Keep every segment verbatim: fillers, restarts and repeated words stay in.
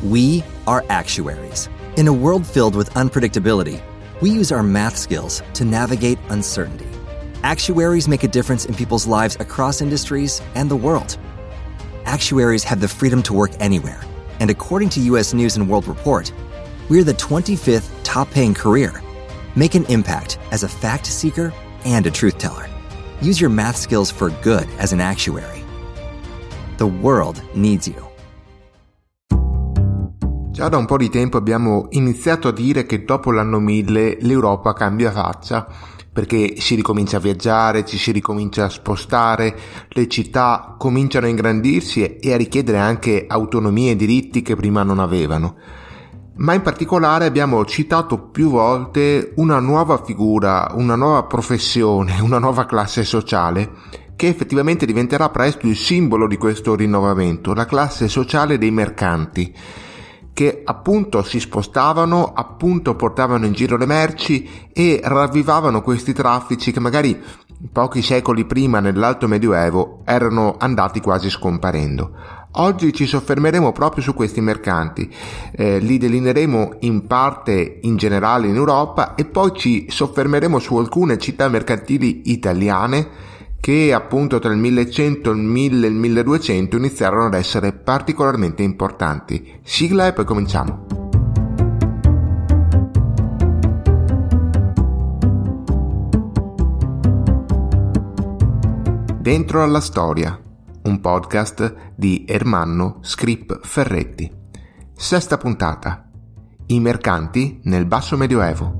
We are actuaries. In a world filled with unpredictability, we use our math skills to navigate uncertainty. Actuaries make a difference in people's lives across industries and the world. Actuaries have the freedom to work anywhere, and according to U S News and World Report, we're the twenty-fifth top-paying career. Make an impact as a fact seeker and a truth teller. Use your math skills for good as an actuary. The world needs you. Già da un po' di tempo abbiamo iniziato a dire che dopo l'anno mille l'Europa cambia faccia, perché si ricomincia a viaggiare, ci si ricomincia a spostare, le città cominciano a ingrandirsi e a richiedere anche autonomie e diritti che prima non avevano. Ma in particolare abbiamo citato più volte una nuova figura, una nuova professione, una nuova classe sociale, che effettivamente diventerà presto il simbolo di questo rinnovamento, la classe sociale dei mercanti, che appunto si spostavano, appunto portavano in giro le merci e ravvivavano questi traffici che magari pochi secoli prima, nell'Alto Medioevo, erano andati quasi scomparendo. Oggi ci soffermeremo proprio su questi mercanti, eh, li delineeremo in parte in generale in Europa e poi ci soffermeremo su alcune città mercantili italiane che appunto tra il millecento, il mille e il milleduecento iniziarono ad essere particolarmente importanti. Sigla e poi cominciamo. Dentro alla storia, un podcast di Ermanno Scrip Ferretti. Sesta puntata. I mercanti nel Basso Medioevo.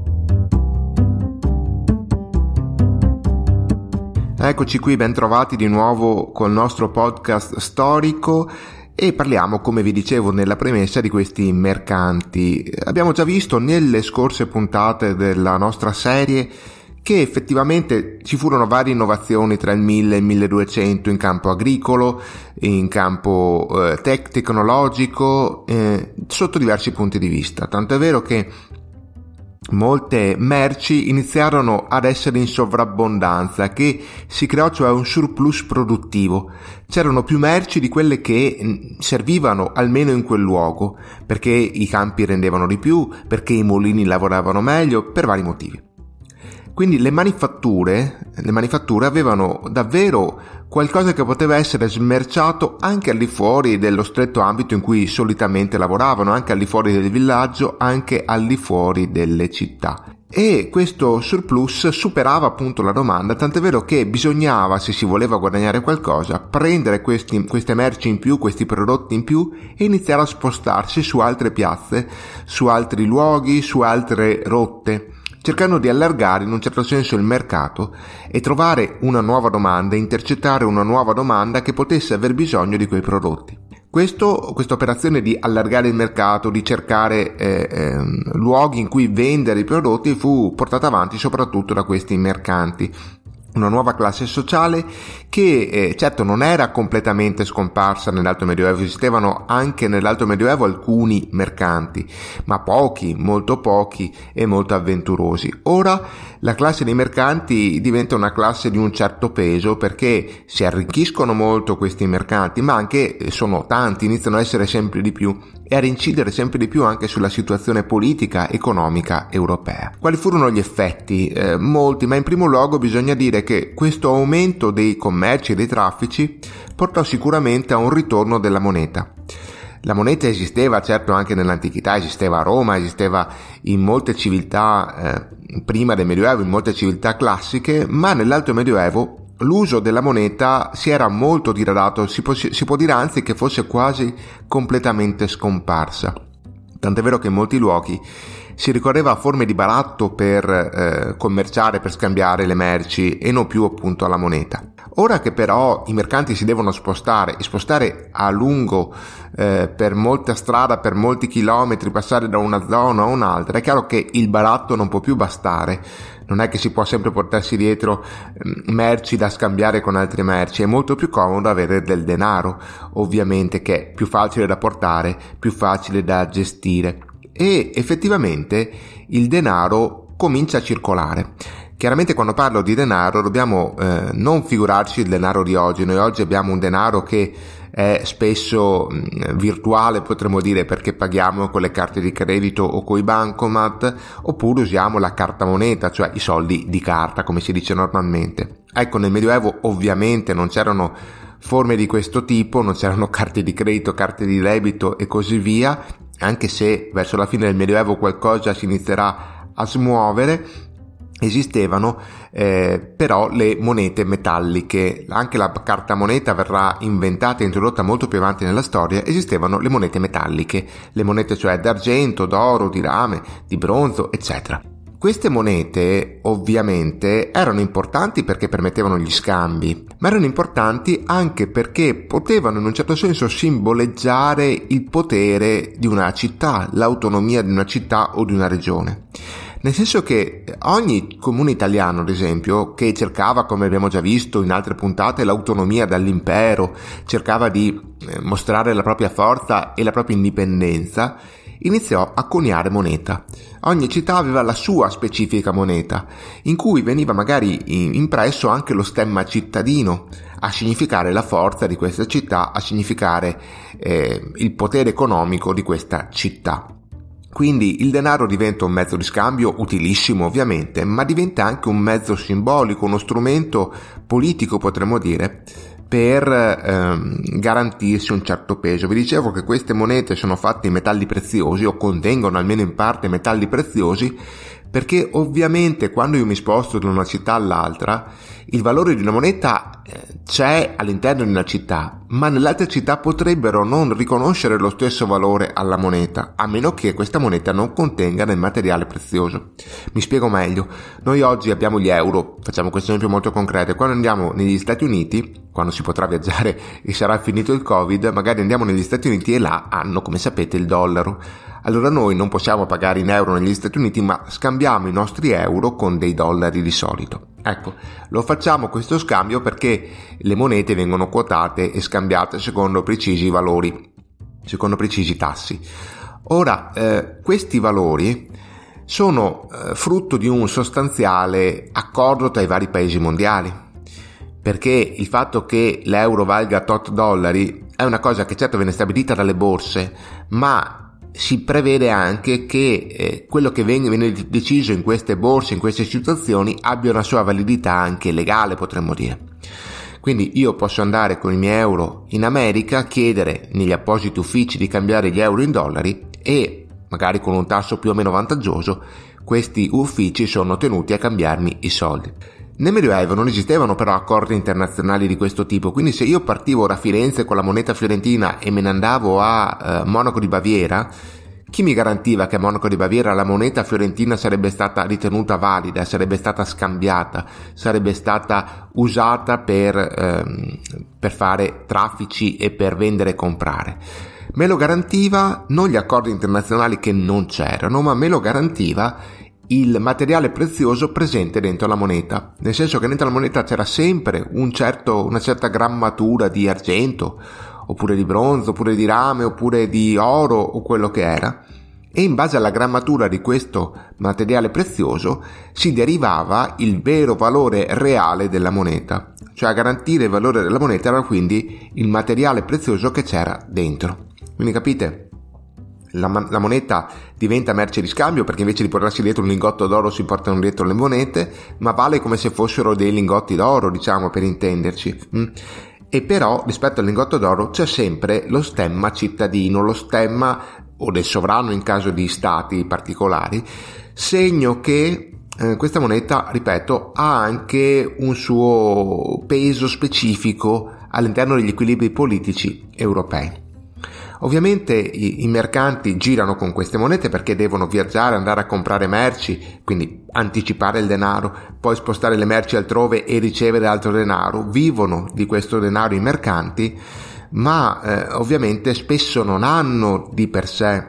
Eccoci qui, ben trovati di nuovo col nostro podcast storico e parliamo, come vi dicevo nella premessa, di questi mercanti. Abbiamo già visto nelle scorse puntate della nostra serie che effettivamente ci furono varie innovazioni tra il mille e il milleduecento in campo agricolo, in campo eh, tec- tecnologico, eh, sotto diversi punti di vista. Tanto è vero che molte merci iniziarono ad essere in sovrabbondanza, che si creò cioè un surplus produttivo. C'erano più merci di quelle che servivano almeno in quel luogo, perché i campi rendevano di più, perché i mulini lavoravano meglio, per vari motivi. Quindi le manifatture, le manifatture avevano davvero qualcosa che poteva essere smerciato anche al di fuori dello stretto ambito in cui solitamente lavoravano, anche al di fuori del villaggio, anche al di fuori delle città. E questo surplus superava appunto la domanda, tant'è vero che bisognava, se si voleva guadagnare qualcosa, prendere questi, queste merci in più, questi prodotti in più e iniziare a spostarsi su altre piazze, su altri luoghi, su altre rotte, cercando di allargare in un certo senso il mercato e trovare una nuova domanda, intercettare una nuova domanda che potesse aver bisogno di quei prodotti. Questo, questa operazione di allargare il mercato, di cercare eh, eh, luoghi in cui vendere i prodotti fu portata avanti soprattutto da questi mercanti. Una nuova classe sociale che eh, certo non era completamente scomparsa nell'Alto Medioevo, esistevano anche nell'Alto Medioevo alcuni mercanti, ma pochi, molto pochi e molto avventurosi. Ora la classe dei mercanti diventa una classe di un certo peso perché si arricchiscono molto questi mercanti, ma anche sono tanti, iniziano a essere sempre di più e a incidere sempre di più anche sulla situazione politica, economica europea. Quali furono gli effetti? Eh, molti, ma in primo luogo bisogna dire che questo aumento dei commerci e dei traffici portò sicuramente a un ritorno della moneta. La moneta esisteva certo anche nell'antichità, esisteva a Roma, esisteva in molte civiltà eh, prima del Medioevo, in molte civiltà classiche, ma nell'Alto Medioevo l'uso della moneta si era molto diradato, si può, si può dire anzi che fosse quasi completamente scomparsa. Tant'è vero che in molti luoghi si ricorreva a forme di baratto per eh, commerciare, per scambiare le merci e non più appunto alla moneta. Ora che però i mercanti si devono spostare e spostare a lungo eh, per molta strada, per molti chilometri, passare da una zona a un'altra, è chiaro che il baratto non può più bastare. Non è che si può sempre portarsi dietro eh, merci da scambiare con altre merci, è molto più comodo avere del denaro, ovviamente, che è più facile da portare, più facile da gestire. E effettivamente il denaro comincia a circolare. Chiaramente quando parlo di denaro dobbiamo eh, non figurarci il denaro di oggi. Noi oggi abbiamo un denaro che è spesso mh, virtuale, potremmo dire, perché paghiamo con le carte di credito o coi bancomat, oppure usiamo la carta moneta, cioè i soldi di carta, come si dice normalmente. Ecco, nel Medioevo ovviamente non c'erano forme di questo tipo, non c'erano carte di credito, carte di debito e così via, anche se verso la fine del Medioevo qualcosa si inizierà a smuovere. Esistevano eh, però le monete metalliche. Anche la carta moneta verrà inventata e introdotta molto più avanti nella storia. Esistevano le monete metalliche, le monete cioè d'argento, d'oro, di rame, di bronzo, eccetera. Queste monete ovviamente erano importanti perché permettevano gli scambi, ma erano importanti anche perché potevano in un certo senso simboleggiare il potere di una città, l'autonomia di una città o di una regione. Nel senso che ogni comune italiano, ad esempio, che cercava, come abbiamo già visto in altre puntate, l'autonomia dall'impero, cercava di mostrare la propria forza e la propria indipendenza, iniziò a coniare moneta. Ogni città aveva la sua specifica moneta, in cui veniva magari impresso anche lo stemma cittadino, a significare la forza di questa città, a significare eh, il potere economico di questa città. Quindi il denaro diventa un mezzo di scambio utilissimo ovviamente, ma diventa anche un mezzo simbolico, uno strumento politico potremmo dire, per ehm, garantirsi un certo peso. Vi dicevo che queste monete sono fatte in metalli preziosi o contengono almeno in parte metalli preziosi, perché ovviamente quando io mi sposto da una città all'altra il valore di una moneta eh, c'è all'interno di una città, ma nelle altre città potrebbero non riconoscere lo stesso valore alla moneta, a meno che questa moneta non contenga del materiale prezioso. Mi spiego meglio. Noi oggi abbiamo gli euro, facciamo questo esempio molto concreto, e quando andiamo negli Stati Uniti, quando si potrà viaggiare e sarà finito il Covid, magari andiamo negli Stati Uniti e là hanno, come sapete, il dollaro. Allora noi non possiamo pagare in euro negli Stati Uniti, ma scambiamo i nostri euro con dei dollari di solito. Ecco, lo facciamo questo scambio perché le monete vengono quotate e scambiate secondo precisi valori, secondo precisi tassi. Ora, eh, questi valori sono eh, frutto di un sostanziale accordo tra i vari paesi mondiali, perché il fatto che l'euro valga tot dollari è una cosa che certo viene stabilita dalle borse, ma si prevede anche che eh, quello che viene, viene deciso in queste borse, in queste situazioni, abbia una sua validità anche legale, potremmo dire. Quindi io posso andare con i miei euro in America, chiedere negli appositi uffici di cambiare gli euro in dollari e, magari con un tasso più o meno vantaggioso, questi uffici sono tenuti a cambiarmi i soldi. Nel Medioevo non esistevano però accordi internazionali di questo tipo, quindi se io partivo da Firenze con la moneta fiorentina e me ne andavo a eh, Monaco di Baviera, chi mi garantiva che a Monaco di Baviera la moneta fiorentina sarebbe stata ritenuta valida, sarebbe stata scambiata, sarebbe stata usata per, ehm, per fare traffici e per vendere e comprare? Me lo garantiva non gli accordi internazionali che non c'erano, ma me lo garantiva il materiale prezioso presente dentro la moneta, nel senso che dentro la moneta c'era sempre un certo, una certa grammatura di argento, oppure di bronzo, oppure di rame, oppure di oro o quello che era, e in base alla grammatura di questo materiale prezioso si derivava il vero valore reale della moneta, cioè a garantire il valore della moneta era quindi il materiale prezioso che c'era dentro. Quindi capite? La, la moneta diventa merce di scambio perché invece di portarsi dietro un lingotto d'oro si portano dietro le monete, ma vale come se fossero dei lingotti d'oro, diciamo, per intenderci. Mm? E però rispetto al lingotto d'oro c'è sempre lo stemma cittadino, lo stemma o del sovrano in caso di stati particolari, segno che eh, questa moneta, ripeto, ha anche un suo peso specifico all'interno degli equilibri politici europei. Ovviamente i, i mercanti girano con queste monete perché devono viaggiare, andare a comprare merci, quindi anticipare il denaro, poi spostare le merci altrove e ricevere altro denaro. Vivono di questo denaro i mercanti, ma eh, ovviamente spesso non hanno di per sé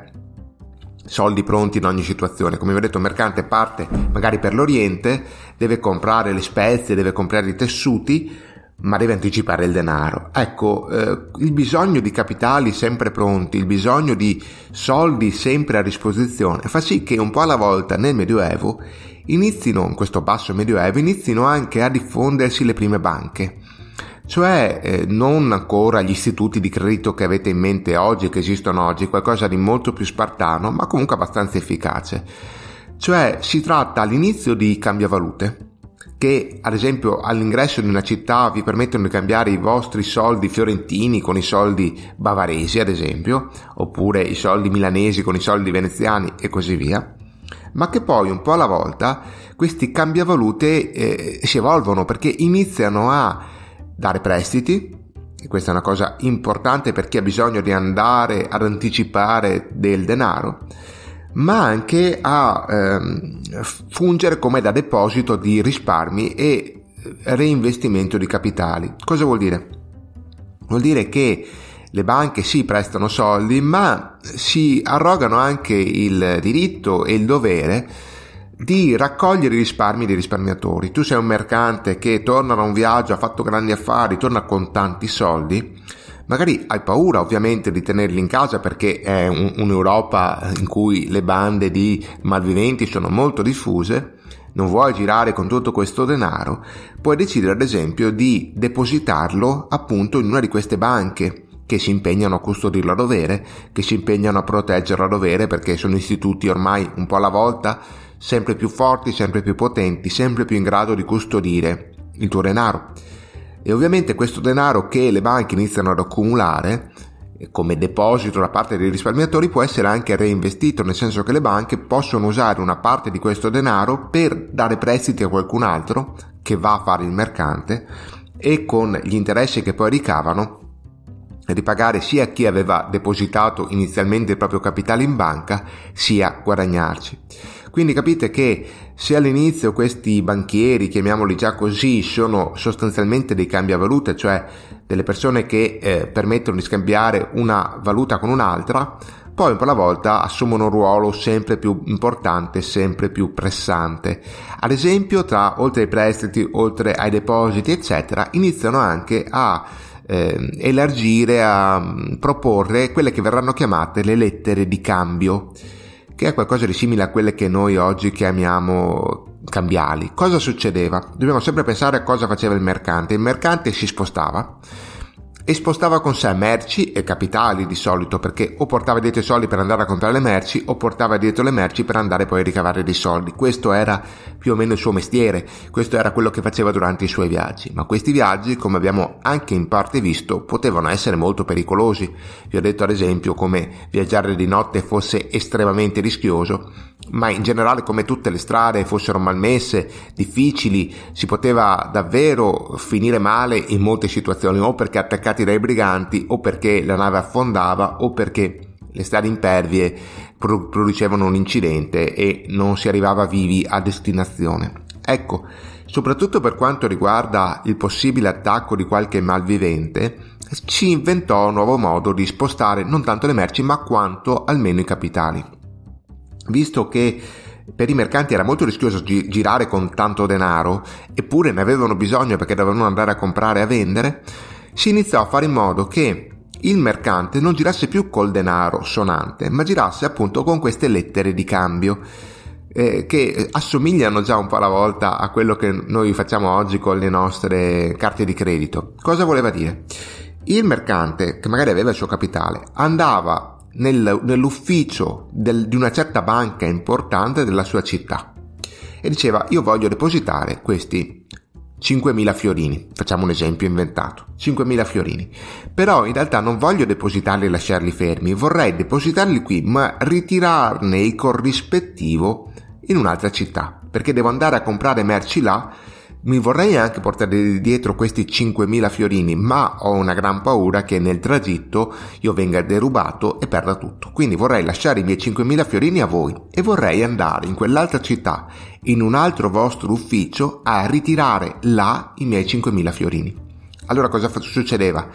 soldi pronti in ogni situazione. Come vi ho detto, il mercante parte magari per l'Oriente, deve comprare le spezie, deve comprare i tessuti, ma deve anticipare il denaro. Ecco, eh, il bisogno di capitali sempre pronti, il bisogno di soldi sempre a disposizione fa sì che un po' alla volta nel Medioevo inizino, in questo basso Medioevo, inizino anche a diffondersi le prime banche. cioè eh, non ancora gli istituti di credito che avete in mente oggi, che esistono oggi, qualcosa di molto più spartano, ma comunque abbastanza efficace. Cioè si tratta all'inizio di cambiavalute, che ad esempio all'ingresso di una città vi permettono di cambiare i vostri soldi fiorentini con i soldi bavaresi, ad esempio, oppure i soldi milanesi con i soldi veneziani e così via, ma che poi un po' alla volta questi cambiavalute eh, si evolvono, perché iniziano a dare prestiti, e questa è una cosa importante per chi ha bisogno di andare ad anticipare del denaro, ma anche a ehm, fungere come da deposito di risparmi e reinvestimento di capitali. Cosa vuol dire? Vuol dire che le banche sì prestano soldi, ma si arrogano anche il diritto e il dovere di raccogliere i risparmi dei risparmiatori. Tu sei un mercante che torna da un viaggio, ha fatto grandi affari, torna con tanti soldi, magari hai paura ovviamente di tenerli in casa perché è un, un'Europa in cui le bande di malviventi sono molto diffuse, non vuoi girare con tutto questo denaro, puoi decidere ad esempio di depositarlo appunto in una di queste banche che si impegnano a custodirlo a dovere, che si impegnano a proteggerlo a dovere, perché sono istituti ormai un po' alla volta, sempre più forti, sempre più potenti, sempre più in grado di custodire il tuo denaro. E ovviamente questo denaro che le banche iniziano ad accumulare come deposito da parte dei risparmiatori può essere anche reinvestito, nel senso che le banche possono usare una parte di questo denaro per dare prestiti a qualcun altro che va a fare il mercante, e con gli interessi che poi ricavano ripagare sia chi aveva depositato inizialmente il proprio capitale in banca, sia guadagnarci. Quindi capite che se all'inizio questi banchieri, chiamiamoli già così, sono sostanzialmente dei cambiavalute, cioè delle persone che eh, permettono di scambiare una valuta con un'altra, poi un po' alla volta assumono un ruolo sempre più importante, sempre più pressante. Ad esempio, tra oltre ai prestiti, oltre ai depositi, eccetera, iniziano anche a eh, elargire, a proporre quelle che verranno chiamate le lettere di cambio, che è qualcosa di simile a quelle che noi oggi chiamiamo cambiali. Cosa succedeva? Dobbiamo sempre pensare a cosa faceva il mercante. Il mercante si spostava e spostava con sé merci e capitali di solito, perché o portava dietro i soldi per andare a comprare le merci o portava dietro le merci per andare poi a ricavare dei soldi. Questo era più o meno il suo mestiere, questo era quello che faceva durante i suoi viaggi. Ma questi viaggi, come abbiamo anche in parte visto, potevano essere molto pericolosi. Vi ho detto ad esempio come viaggiare di notte fosse estremamente rischioso, ma in generale come tutte le strade fossero malmesse, difficili, si poteva davvero finire male in molte situazioni, o perché attaccati dai briganti, o perché la nave affondava, o perché le strade impervie producevano un incidente e non si arrivava vivi a destinazione. Ecco, soprattutto per quanto riguarda il possibile attacco di qualche malvivente, si inventò un nuovo modo di spostare non tanto le merci ma quanto almeno i capitali. Visto che per i mercanti era molto rischioso gi- girare con tanto denaro, eppure ne avevano bisogno perché dovevano andare a comprare e a vendere, si iniziò a fare in modo che il mercante non girasse più col denaro sonante, ma girasse appunto con queste lettere di cambio, eh, che assomigliano già un po' alla volta a quello che noi facciamo oggi con le nostre carte di credito. Cosa voleva dire? Il mercante, che magari aveva il suo capitale, andava nel, nell'ufficio del, di una certa banca importante della sua città e diceva: io voglio depositare questi cinquemila fiorini, facciamo un esempio inventato, cinquemila fiorini, però in realtà non voglio depositarli e lasciarli fermi, vorrei depositarli qui ma ritirarne il corrispettivo in un'altra città, perché devo andare a comprare merci là. Mi vorrei anche portare dietro questi cinquemila fiorini, ma ho una gran paura che nel tragitto io venga derubato e perda tutto. Quindi vorrei lasciare i miei cinquemila fiorini a voi e vorrei andare in quell'altra città, in un altro vostro ufficio, a ritirare là i miei cinquemila fiorini. Allora cosa succedeva?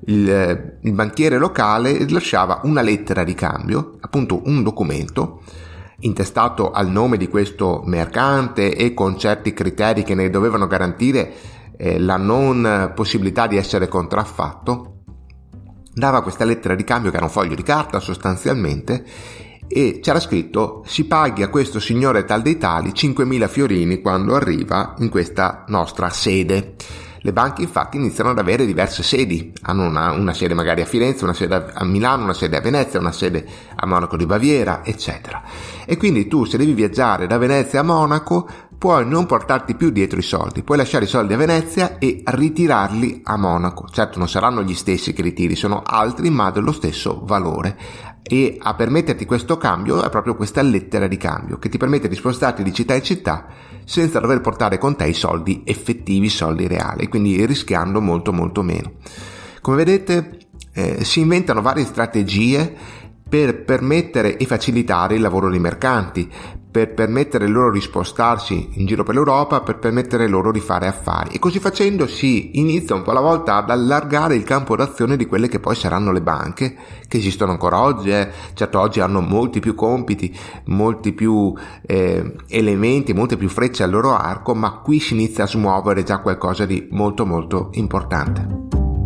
Il, il banchiere locale lasciava una lettera di cambio, appunto un documento, intestato al nome di questo mercante e con certi criteri che ne dovevano garantire eh, la non possibilità di essere contraffatto. Dava questa lettera di cambio, che era un foglio di carta sostanzialmente, e c'era scritto: si paghi a questo signore tal dei tali cinquemila fiorini quando arriva in questa nostra sede. Le banche infatti iniziano ad avere diverse sedi, hanno una, una sede magari a Firenze, una sede a Milano, una sede a Venezia, una sede a Monaco di Baviera, eccetera. E quindi tu, se devi viaggiare da Venezia a Monaco, puoi non portarti più dietro i soldi, puoi lasciare i soldi a Venezia e ritirarli a Monaco. Certo non saranno gli stessi che ritiri, sono altri ma dello stesso valore, e a permetterti questo cambio è proprio questa lettera di cambio che ti permette di spostarti di città in città senza dover portare con te i soldi effettivi, i soldi reali, quindi rischiando molto molto meno. Come vedete eh, si inventano varie strategie per permettere e facilitare il lavoro dei mercanti, per permettere loro di spostarsi in giro per l'Europa, per permettere loro di fare affari, e così facendo si inizia un po' alla volta ad allargare il campo d'azione di quelle che poi saranno le banche, che esistono ancora oggi. Eh. Certo, oggi hanno molti più compiti, molti più eh, elementi, molte più frecce al loro arco, ma qui si inizia a smuovere già qualcosa di molto molto importante.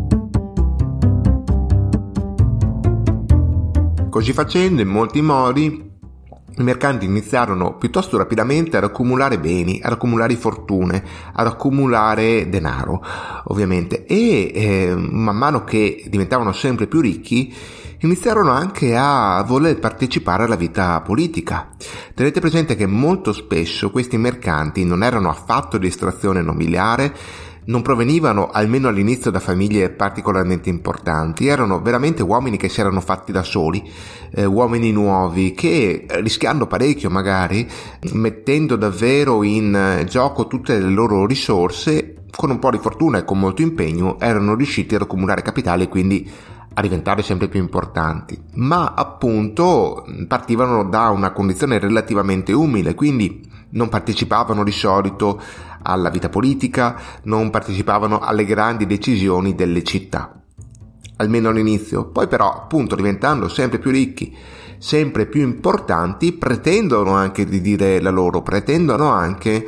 Così facendo, in molti modi, i mercanti iniziarono piuttosto rapidamente ad accumulare beni, ad accumulare fortune, ad accumulare denaro, ovviamente, e eh, man mano che diventavano sempre più ricchi, iniziarono anche a voler partecipare alla vita politica. Tenete presente che molto spesso questi mercanti non erano affatto di estrazione nobiliare, non provenivano, almeno all'inizio, da famiglie particolarmente importanti, erano veramente uomini che si erano fatti da soli, eh, uomini nuovi che, rischiando parecchio magari, mettendo davvero in gioco tutte le loro risorse, con un po' di fortuna e con molto impegno, erano riusciti ad accumulare capitale e quindi a diventare sempre più importanti, ma appunto partivano da una condizione relativamente umile, quindi non partecipavano di solito alla vita politica, non partecipavano alle grandi decisioni delle città, almeno all'inizio. Poi però, appunto, diventando sempre più ricchi, sempre più importanti, pretendono anche di dire la loro, pretendono anche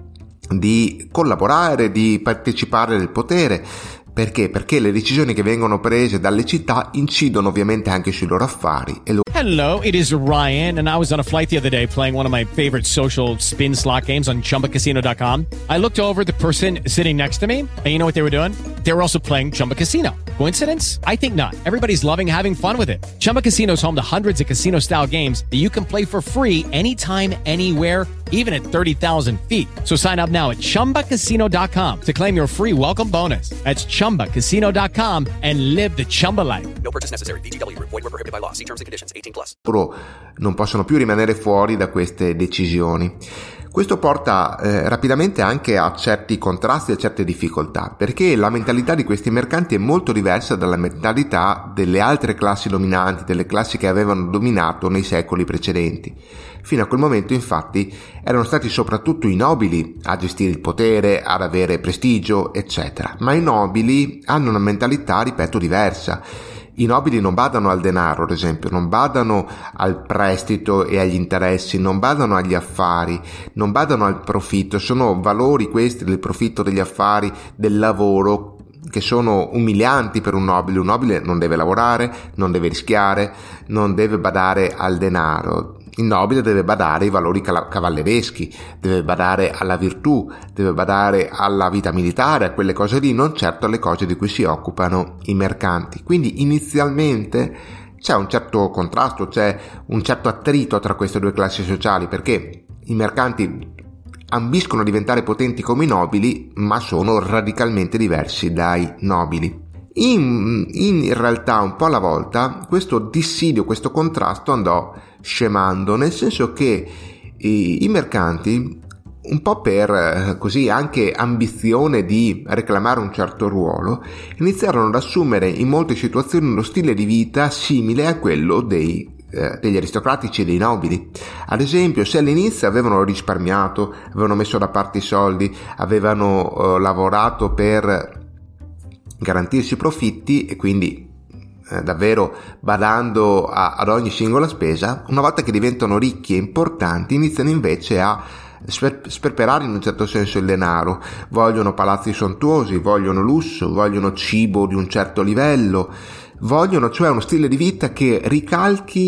di collaborare, di partecipare al potere. Perché? Perché le decisioni che vengono prese dalle città incidono ovviamente anche sui loro affari. E lo... Hello, it is Ryan, and I was on a flight the other day playing one of my favorite social spin slot games on Chumba Casino dot com. I looked over at the person sitting next to me, and you know what they were doing? They were also playing Chumba Casino. Coincidence? I think not. Everybody's loving having fun with it. Chumba Casino is home to hundreds of casino-style games that you can play for free anytime, anywhere, even at thirty thousand feet. So sign up now at Chumba Casino dot com to claim your free welcome bonus. That's Chumba Casino dot com and live the Chumba life. No purchase necessary. V G W. Void where prohibited by law. See terms and conditions. eighteen plus. Loro non possono più rimanere fuori da queste decisioni. Questo porta eh, rapidamente anche a certi contrasti e a certe difficoltà, perché la mentalità di questi mercanti è molto diversa dalla mentalità delle altre classi dominanti, delle classi che avevano dominato nei secoli precedenti. Fino a quel momento, infatti, erano stati soprattutto i nobili a gestire il potere, ad avere prestigio, eccetera. Ma i nobili hanno una mentalità, ripeto, diversa. I nobili non badano al denaro, ad esempio, non badano al prestito e agli interessi, non badano agli affari, non badano al profitto. Sono valori questi del profitto, degli affari, del lavoro, che sono umilianti per un nobile. Un nobile non deve lavorare, non deve rischiare, non deve badare al denaro. Il nobile deve badare ai valori cavallereschi, deve badare alla virtù, deve badare alla vita militare, a quelle cose lì, non certo alle cose di cui si occupano i mercanti. Quindi inizialmente c'è un certo contrasto, c'è un certo attrito tra queste due classi sociali, perché i mercanti ambiscono a diventare potenti come i nobili, ma sono radicalmente diversi dai nobili. In, in realtà, un po' alla volta, questo dissidio, questo contrasto andò scemando, nel senso che i, i mercanti, un po' per così anche ambizione di reclamare un certo ruolo, iniziarono ad assumere in molte situazioni uno stile di vita simile a quello dei eh, degli aristocratici e dei nobili. Ad esempio, se all'inizio avevano risparmiato, avevano messo da parte i soldi, avevano eh, lavorato per garantirsi i profitti e quindi eh, davvero badando a, ad ogni singola spesa, una volta che diventano ricchi e importanti iniziano invece a sper- sperperare in un certo senso il denaro, vogliono palazzi sontuosi, vogliono lusso, vogliono cibo di un certo livello, vogliono cioè uno stile di vita che ricalchi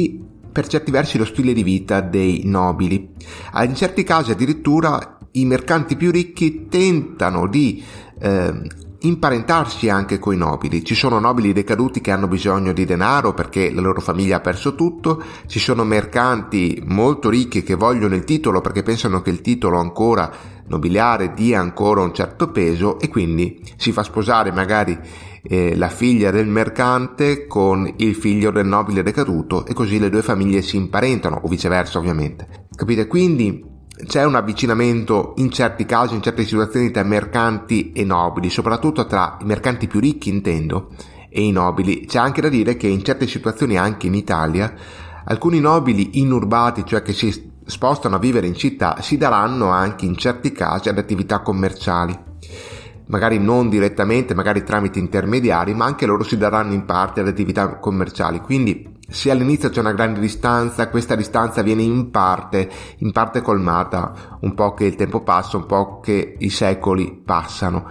per certi versi lo stile di vita dei nobili. In certi casi addirittura i mercanti più ricchi tentano di eh, imparentarsi anche coi nobili. Ci sono nobili decaduti che hanno bisogno di denaro perché la loro famiglia ha perso tutto, ci sono mercanti molto ricchi che vogliono il titolo perché pensano che il titolo ancora nobiliare dia ancora un certo peso, e quindi si fa sposare magari eh, la figlia del mercante con il figlio del nobile decaduto, e così le due famiglie si imparentano, o viceversa ovviamente. Capite? Quindi c'è un avvicinamento in certi casi, in certe situazioni, tra mercanti e nobili, soprattutto tra i mercanti più ricchi intendo e i nobili. C'è anche da dire che in certe situazioni, anche in Italia, alcuni nobili inurbati, cioè che si spostano a vivere in città, si daranno anche in certi casi ad attività commerciali, magari non direttamente, magari tramite intermediari, ma anche loro si daranno in parte ad attività commerciali. Quindi se all'inizio c'è una grande distanza, questa distanza viene in parte, in parte colmata, un po' che il tempo passa, un po' che i secoli passano.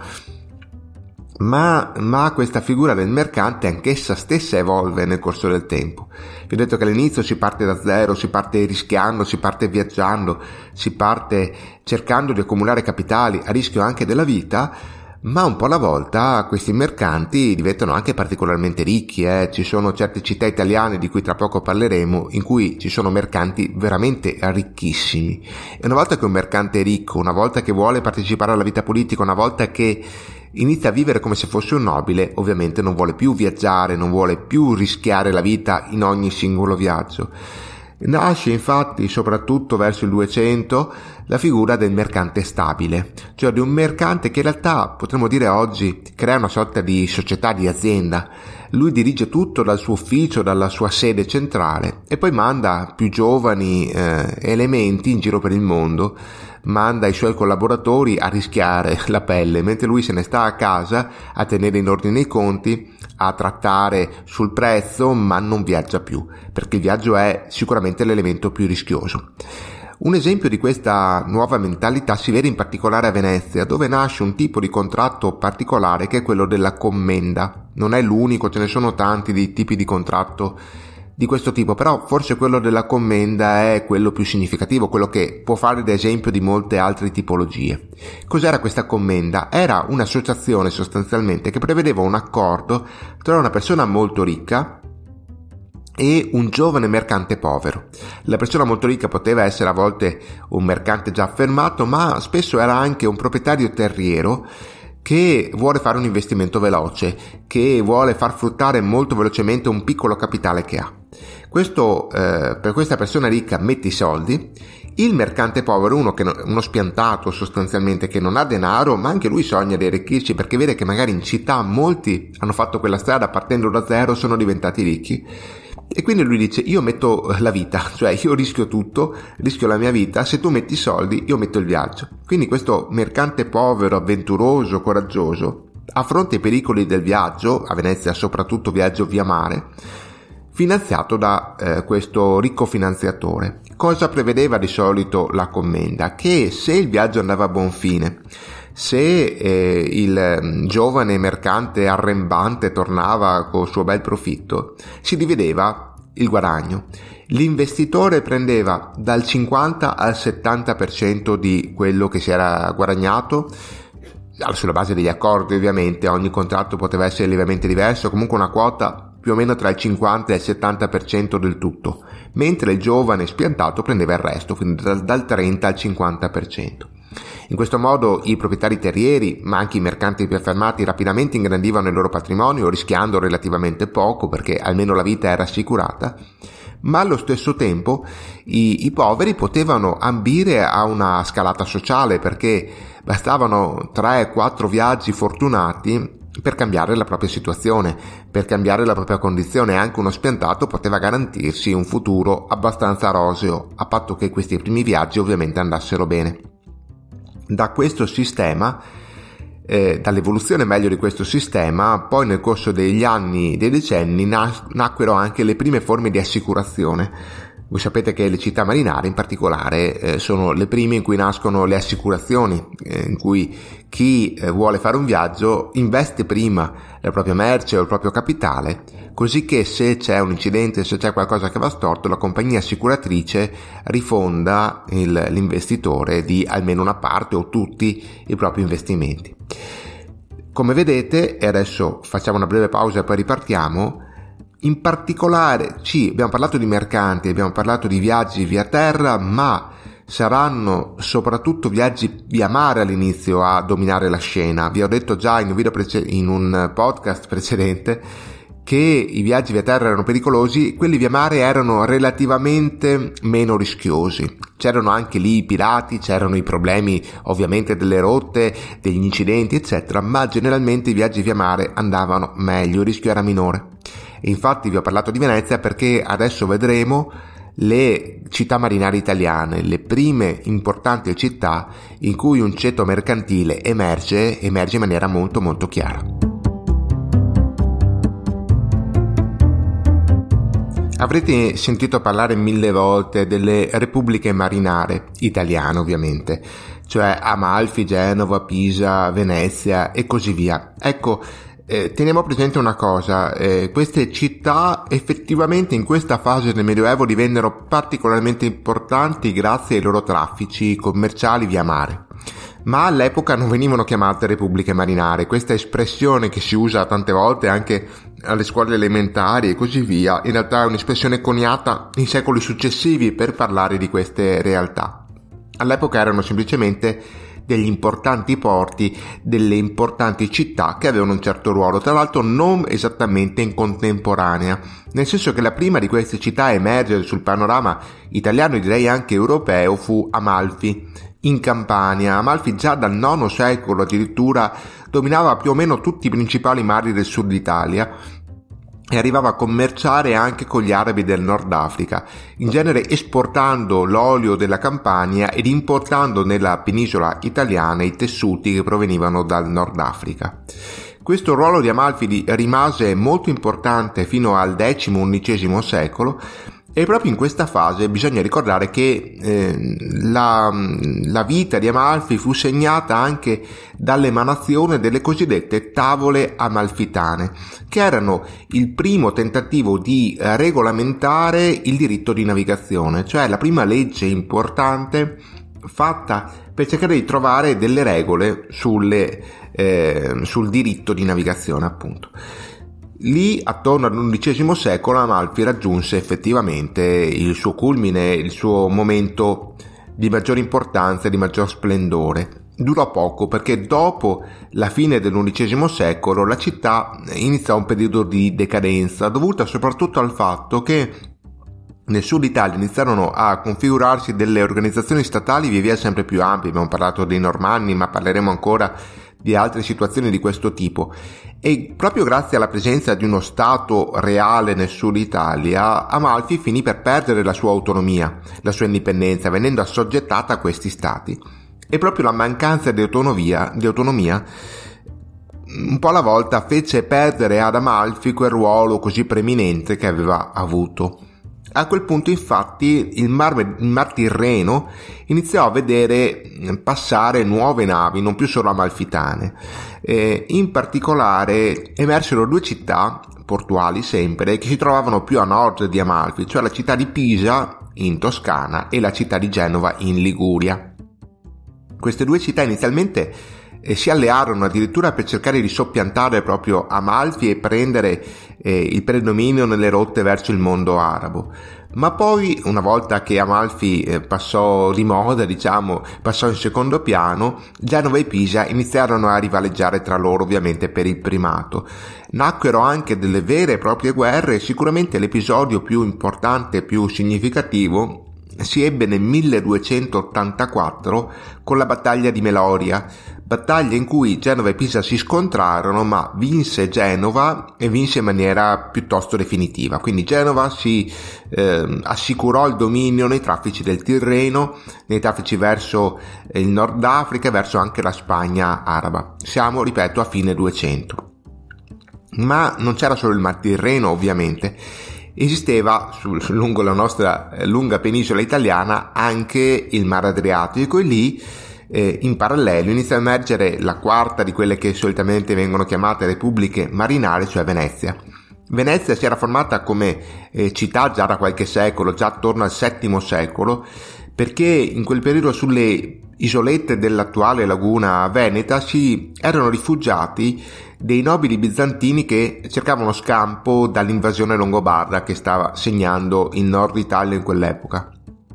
Ma, ma questa figura del mercante anch'essa stessa evolve nel corso del tempo. Vi ho detto che all'inizio si parte da zero, si parte rischiando, si parte viaggiando, si parte cercando di accumulare capitali a rischio anche della vita, ma un po' alla volta questi mercanti diventano anche particolarmente ricchi. Eh. Ci sono certe città italiane, di cui tra poco parleremo, in cui ci sono mercanti veramente ricchissimi. E una volta che un mercante è ricco, una volta che vuole partecipare alla vita politica, una volta che inizia a vivere come se fosse un nobile, ovviamente non vuole più viaggiare, non vuole più rischiare la vita in ogni singolo viaggio. Nasce infatti soprattutto verso il duecento la figura del mercante stabile, cioè di un mercante che in realtà potremmo dire oggi crea una sorta di società, di azienda. Lui dirige tutto dal suo ufficio, dalla sua sede centrale, e poi manda più giovani eh, elementi in giro per il mondo, manda i suoi collaboratori a rischiare la pelle, mentre lui se ne sta a casa a tenere in ordine i conti, a trattare sul prezzo, ma non viaggia più, perché il viaggio è sicuramente l'elemento più rischioso. Un esempio di questa nuova mentalità si vede in particolare a Venezia, dove nasce un tipo di contratto particolare che è quello della commenda. Non è l'unico, ce ne sono tanti di tipi di contratto di questo tipo, però forse quello della commenda è quello più significativo, quello che può fare da esempio di molte altre tipologie. Cos'era questa commenda? Era un'associazione sostanzialmente che prevedeva un accordo tra una persona molto ricca e un giovane mercante povero. La persona molto ricca poteva essere a volte un mercante già affermato, ma spesso era anche un proprietario terriero che vuole fare un investimento veloce, che vuole far fruttare molto velocemente un piccolo capitale che ha. Questo eh, per questa persona ricca mette i soldi. Il mercante povero, uno che uno spiantato sostanzialmente, che non ha denaro, ma anche lui sogna di arricchirsi perché vede che magari in città molti hanno fatto quella strada partendo da zero, sono diventati ricchi, e quindi lui dice: io metto la vita, cioè io rischio tutto, rischio la mia vita, se tu metti i soldi io metto il viaggio. Quindi questo mercante povero, avventuroso, coraggioso, affronta i pericoli del viaggio, a Venezia soprattutto viaggio via mare, finanziato da eh, questo ricco finanziatore. Cosa prevedeva di solito la commenda? Che se il viaggio andava a buon fine, se eh, il giovane mercante arrembante tornava col suo bel profitto, si divideva il guadagno. L'investitore prendeva dal cinquanta al settanta per cento di quello che si era guadagnato, sulla base degli accordi ovviamente, ogni contratto poteva essere lievemente diverso, comunque una quota più o meno tra il cinquanta e il settanta per cento del tutto, mentre il giovane spiantato prendeva il resto, quindi dal trenta al cinquanta per cento. In questo modo i proprietari terrieri, ma anche i mercanti più affermati, rapidamente ingrandivano il loro patrimonio, rischiando relativamente poco perché almeno la vita era assicurata, ma allo stesso tempo i, i poveri potevano ambire a una scalata sociale, perché bastavano tre quattro viaggi fortunati per cambiare la propria situazione, per cambiare la propria condizione. Anche uno spiantato poteva garantirsi un futuro abbastanza roseo, a patto che questi primi viaggi ovviamente andassero bene. Da questo sistema, eh, dall'evoluzione meglio di questo sistema, poi nel corso degli anni, dei decenni, nas- nacquero anche le prime forme di assicurazione, Voi sapete che le città marinare in particolare eh, sono le prime in cui nascono le assicurazioni, eh, in cui chi eh, vuole fare un viaggio investe prima la propria merce o il proprio capitale, così che se c'è un incidente, se c'è qualcosa che va storto, la compagnia assicuratrice rifonda il, l'investitore di almeno una parte o tutti i propri investimenti. Come vedete, e adesso facciamo una breve pausa e poi ripartiamo, in particolare sì, abbiamo parlato di mercanti, abbiamo parlato di viaggi via terra, ma saranno soprattutto viaggi via mare all'inizio a dominare la scena. Vi ho detto già in un, video prece- in un podcast precedente che i viaggi via terra erano pericolosi, quelli via mare erano relativamente meno rischiosi. C'erano anche lì i pirati, c'erano i problemi ovviamente delle rotte, degli incidenti eccetera, ma generalmente i viaggi via mare andavano meglio, il rischio era minore. E infatti vi ho parlato di Venezia perché adesso vedremo le città marinare italiane, le prime importanti città in cui un ceto mercantile emerge, emerge in maniera molto molto chiara. Avrete sentito parlare mille volte delle repubbliche marinare italiane, ovviamente, cioè Amalfi, Genova, Pisa, Venezia e così via. Ecco, Eh, teniamo presente una cosa, eh, queste città effettivamente in questa fase del Medioevo divennero particolarmente importanti grazie ai loro traffici commerciali via mare, ma all'epoca non venivano chiamate repubbliche marinare. Questa espressione che si usa tante volte anche alle scuole elementari e così via, in realtà è un'espressione coniata in secoli successivi per parlare di queste realtà. All'epoca erano semplicemente degli importanti porti, delle importanti città che avevano un certo ruolo, tra l'altro non esattamente in contemporanea, nel senso che la prima di queste città a emergere sul panorama italiano e direi anche europeo fu Amalfi, in Campania. Amalfi già dal nono secolo addirittura dominava più o meno tutti i principali mari del sud Italia e arrivava a commerciare anche con gli arabi del Nord Africa, in genere esportando l'olio della Campania ed importando nella penisola italiana i tessuti che provenivano dal Nord Africa. Questo ruolo di Amalfi rimase molto importante fino al decimo undicesimo secolo, e proprio in questa fase bisogna ricordare che eh, la, la vita di Amalfi fu segnata anche dall'emanazione delle cosiddette tavole amalfitane, che erano il primo tentativo di regolamentare il diritto di navigazione, cioè la prima legge importante fatta per cercare di trovare delle regole sulle, eh, sul diritto di navigazione, appunto. Lì, attorno all'undicesimo secolo, Amalfi raggiunse effettivamente il suo culmine, il suo momento di maggiore importanza e di maggior splendore. Durò poco perché dopo la fine dell'undicesimo secolo la città iniziò un periodo di decadenza dovuta soprattutto al fatto che nel sud Italia iniziarono a configurarsi delle organizzazioni statali via via sempre più ampie. Abbiamo parlato dei Normanni, ma parleremo ancora di altre situazioni di questo tipo, e proprio grazie alla presenza di uno Stato reale nel sud Italia, Amalfi finì per perdere la sua autonomia, la sua indipendenza, venendo assoggettata a questi Stati. E proprio la mancanza di autonomia, di autonomia un po' alla volta fece perdere ad Amalfi quel ruolo così preminente che aveva avuto. A quel punto infatti il mar, il mar Tirreno iniziò a vedere passare nuove navi, non più solo amalfitane. Eh, in particolare emersero due città portuali sempre che si trovavano più a nord di Amalfi, cioè la città di Pisa in Toscana e la città di Genova in Liguria. Queste due città inizialmente e si allearono addirittura per cercare di soppiantare proprio Amalfi e prendere eh, il predominio nelle rotte verso il mondo arabo. Ma poi, una volta che Amalfi eh, passò di moda, diciamo, passò in secondo piano, Genova e Pisa iniziarono a rivaleggiare tra loro, ovviamente per il primato. Nacquero anche delle vere e proprie guerre, e sicuramente l'episodio più importante e più significativo si ebbe nel milleduecentottantaquattro con la battaglia di Meloria, battaglia in cui Genova e Pisa si scontrarono, ma vinse Genova e vinse in maniera piuttosto definitiva. Quindi Genova si eh, assicurò il dominio nei traffici del Tirreno, nei traffici verso il Nord Africa e verso anche la Spagna araba. Siamo, ripeto, a fine duecento. Ma non c'era solo il Mar Tirreno, ovviamente, esisteva sul, lungo la nostra lunga penisola italiana anche il mare Adriatico, e lì eh, in parallelo inizia a emergere la quarta di quelle che solitamente vengono chiamate repubbliche marinare, cioè Venezia. Venezia si era formata come eh, città già da qualche secolo, già attorno al settimo secolo, perché in quel periodo sulle isolette dell'attuale laguna veneta si erano rifugiati dei nobili bizantini che cercavano scampo dall'invasione longobarda che stava segnando il nord Italia in quell'epoca.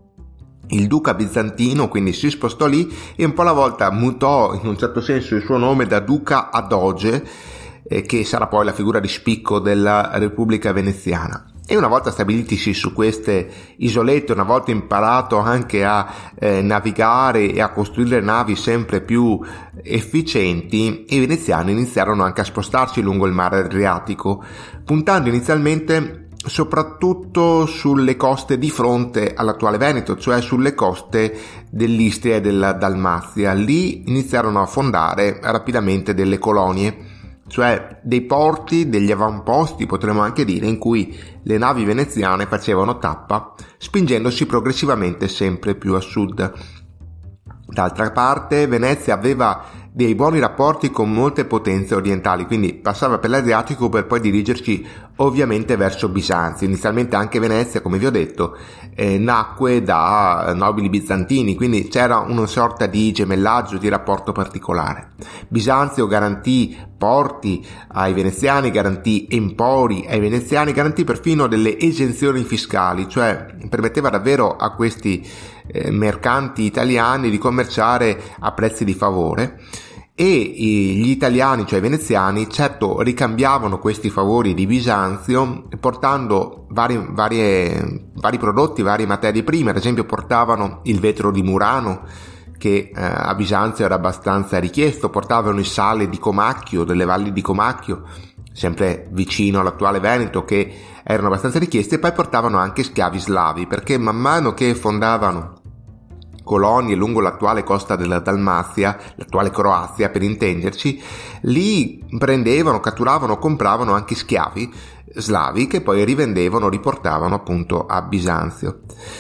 Il duca bizantino quindi si spostò lì e un po' alla volta mutò in un certo senso il suo nome da duca a doge, eh, che sarà poi la figura di spicco della Repubblica veneziana. E una volta stabilitisi su queste isolette, una volta imparato anche a eh, navigare e a costruire navi sempre più efficienti, i veneziani iniziarono anche a spostarsi lungo il mare Adriatico, puntando inizialmente soprattutto sulle coste di fronte all'attuale Veneto, cioè sulle coste dell'Istria e della Dalmazia. Lì iniziarono a fondare rapidamente delle colonie, cioè dei porti, degli avamposti, potremmo anche dire, in cui le navi veneziane facevano tappa, spingendosi progressivamente sempre più a sud. D'altra parte, Venezia aveva dei buoni rapporti con molte potenze orientali, quindi passava per l'Adriatico per poi dirigersi ovviamente verso Bisanzio. Inizialmente anche Venezia, come vi ho detto, eh, nacque da nobili bizantini, quindi c'era una sorta di gemellaggio, di rapporto particolare. Bisanzio garantì porti ai veneziani, garantì empori ai veneziani, garantì perfino delle esenzioni fiscali, cioè permetteva davvero a questi eh, mercanti italiani di commerciare a prezzi di favore. E gli italiani, cioè i veneziani, certo ricambiavano questi favori di Bisanzio portando vari, varie, vari prodotti, varie materie prime. Ad esempio portavano il vetro di Murano, che eh, a Bisanzio era abbastanza richiesto, portavano il sale di Comacchio, delle valli di Comacchio, sempre vicino all'attuale Veneto, che erano abbastanza richiesti, e poi portavano anche schiavi slavi, perché man mano che fondavano colonie lungo l'attuale costa della Dalmazia, l'attuale Croazia per intenderci, lì prendevano, catturavano, compravano anche schiavi slavi che poi rivendevano, riportavano appunto a Bisanzio.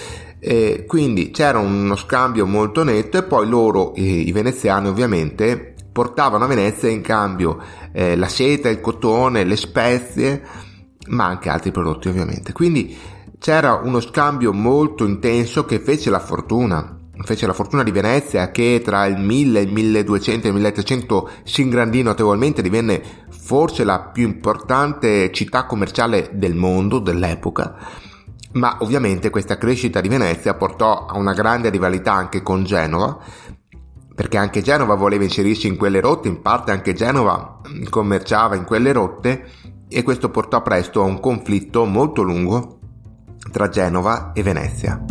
E quindi c'era uno scambio molto netto, e poi loro, i veneziani ovviamente, portavano a Venezia in cambio eh, la seta, il cotone, le spezie, ma anche altri prodotti ovviamente. Quindi c'era uno scambio molto intenso che fece la fortuna fece la fortuna di Venezia, che tra il mille, il milleduecento e il milletrecento si ingrandì notevolmente, divenne forse la più importante città commerciale del mondo dell'epoca. Ma ovviamente questa crescita di Venezia portò a una grande rivalità anche con Genova, perché anche Genova voleva inserirsi in quelle rotte, in parte anche Genova commerciava in quelle rotte, e questo portò presto a un conflitto molto lungo tra Genova e Venezia.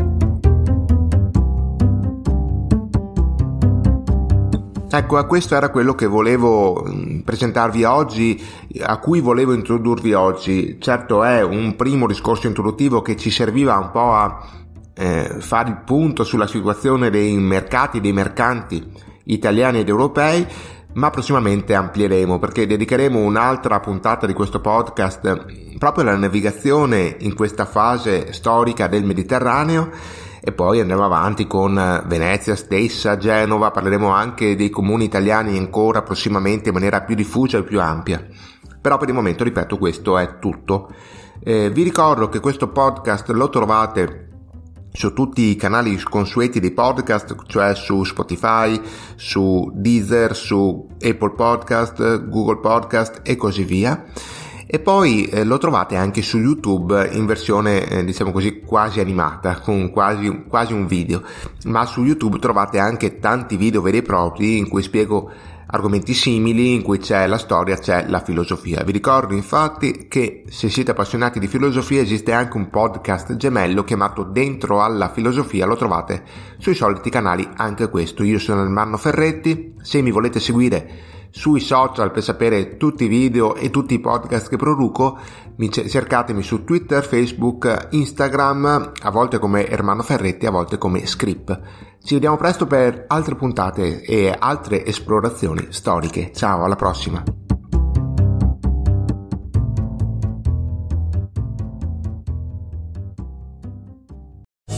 Ecco, a questo era quello che volevo presentarvi oggi, a cui volevo introdurvi oggi. Certo è un primo discorso introduttivo che ci serviva un po' a eh, fare il punto sulla situazione dei mercati, dei mercanti italiani ed europei, ma prossimamente amplieremo, perché dedicheremo un'altra puntata di questo podcast proprio alla navigazione in questa fase storica del Mediterraneo. E poi andremo avanti con Venezia stessa, Genova, parleremo anche dei comuni italiani ancora prossimamente in maniera più diffusa e più ampia. Però per il momento, ripeto, questo è tutto. Eh, vi ricordo che questo podcast lo trovate su tutti i canali consueti dei podcast, cioè su Spotify, su Deezer, su Apple Podcast, Google Podcast e così via. E poi eh, lo trovate anche su YouTube in versione, eh, diciamo così, quasi animata, con quasi, quasi un video. Ma su YouTube trovate anche tanti video veri e propri in cui spiego argomenti simili, in cui c'è la storia, c'è la filosofia. Vi ricordo infatti che se siete appassionati di filosofia esiste anche un podcast gemello chiamato Dentro alla Filosofia, lo trovate sui soliti canali anche questo. Io sono Ermanno Ferretti, se mi volete seguire sui social per sapere tutti i video e tutti i podcast che produco, mi cercatemi su Twitter, Facebook, Instagram, a volte come Ermanno Ferretti, a volte come Script. Ci vediamo presto per altre puntate e altre esplorazioni storiche. Ciao, alla prossima!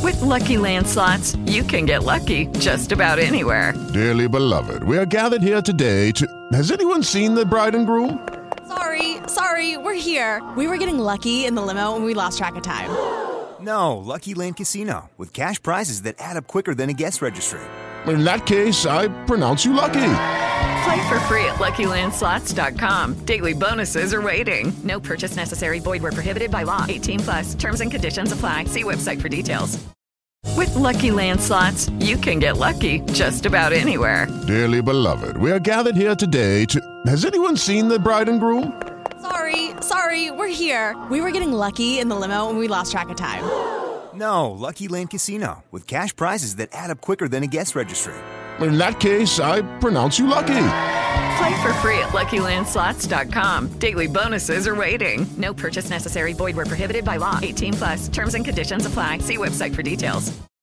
With Lucky Land Slots, you can get lucky just about anywhere. Dearly beloved, we are gathered here today to... Has anyone seen the bride and groom? Sorry, sorry, we're here. We were getting lucky in the limo and we lost track of time. No, Lucky Land Casino, with cash prizes that add up quicker than a guest registry. In that case, I pronounce you lucky. Play for free at Lucky Land Slots dot com. Daily bonuses are waiting. No purchase necessary. Void where prohibited by law. eighteen plus. Terms and conditions apply. See website for details. With Lucky Land Slots, you can get lucky just about anywhere. Dearly beloved, we are gathered here today to... Has anyone seen the bride and groom? Sorry, sorry, we're here. We were getting lucky in the limo and we lost track of time. No, Lucky Land Casino, with cash prizes that add up quicker than a guest registry. In that case, I pronounce you lucky. Play for free at Lucky Land Slots dot com. Daily bonuses are waiting. No purchase necessary. Void where prohibited by law. eighteen plus. Terms and conditions apply. See website for details.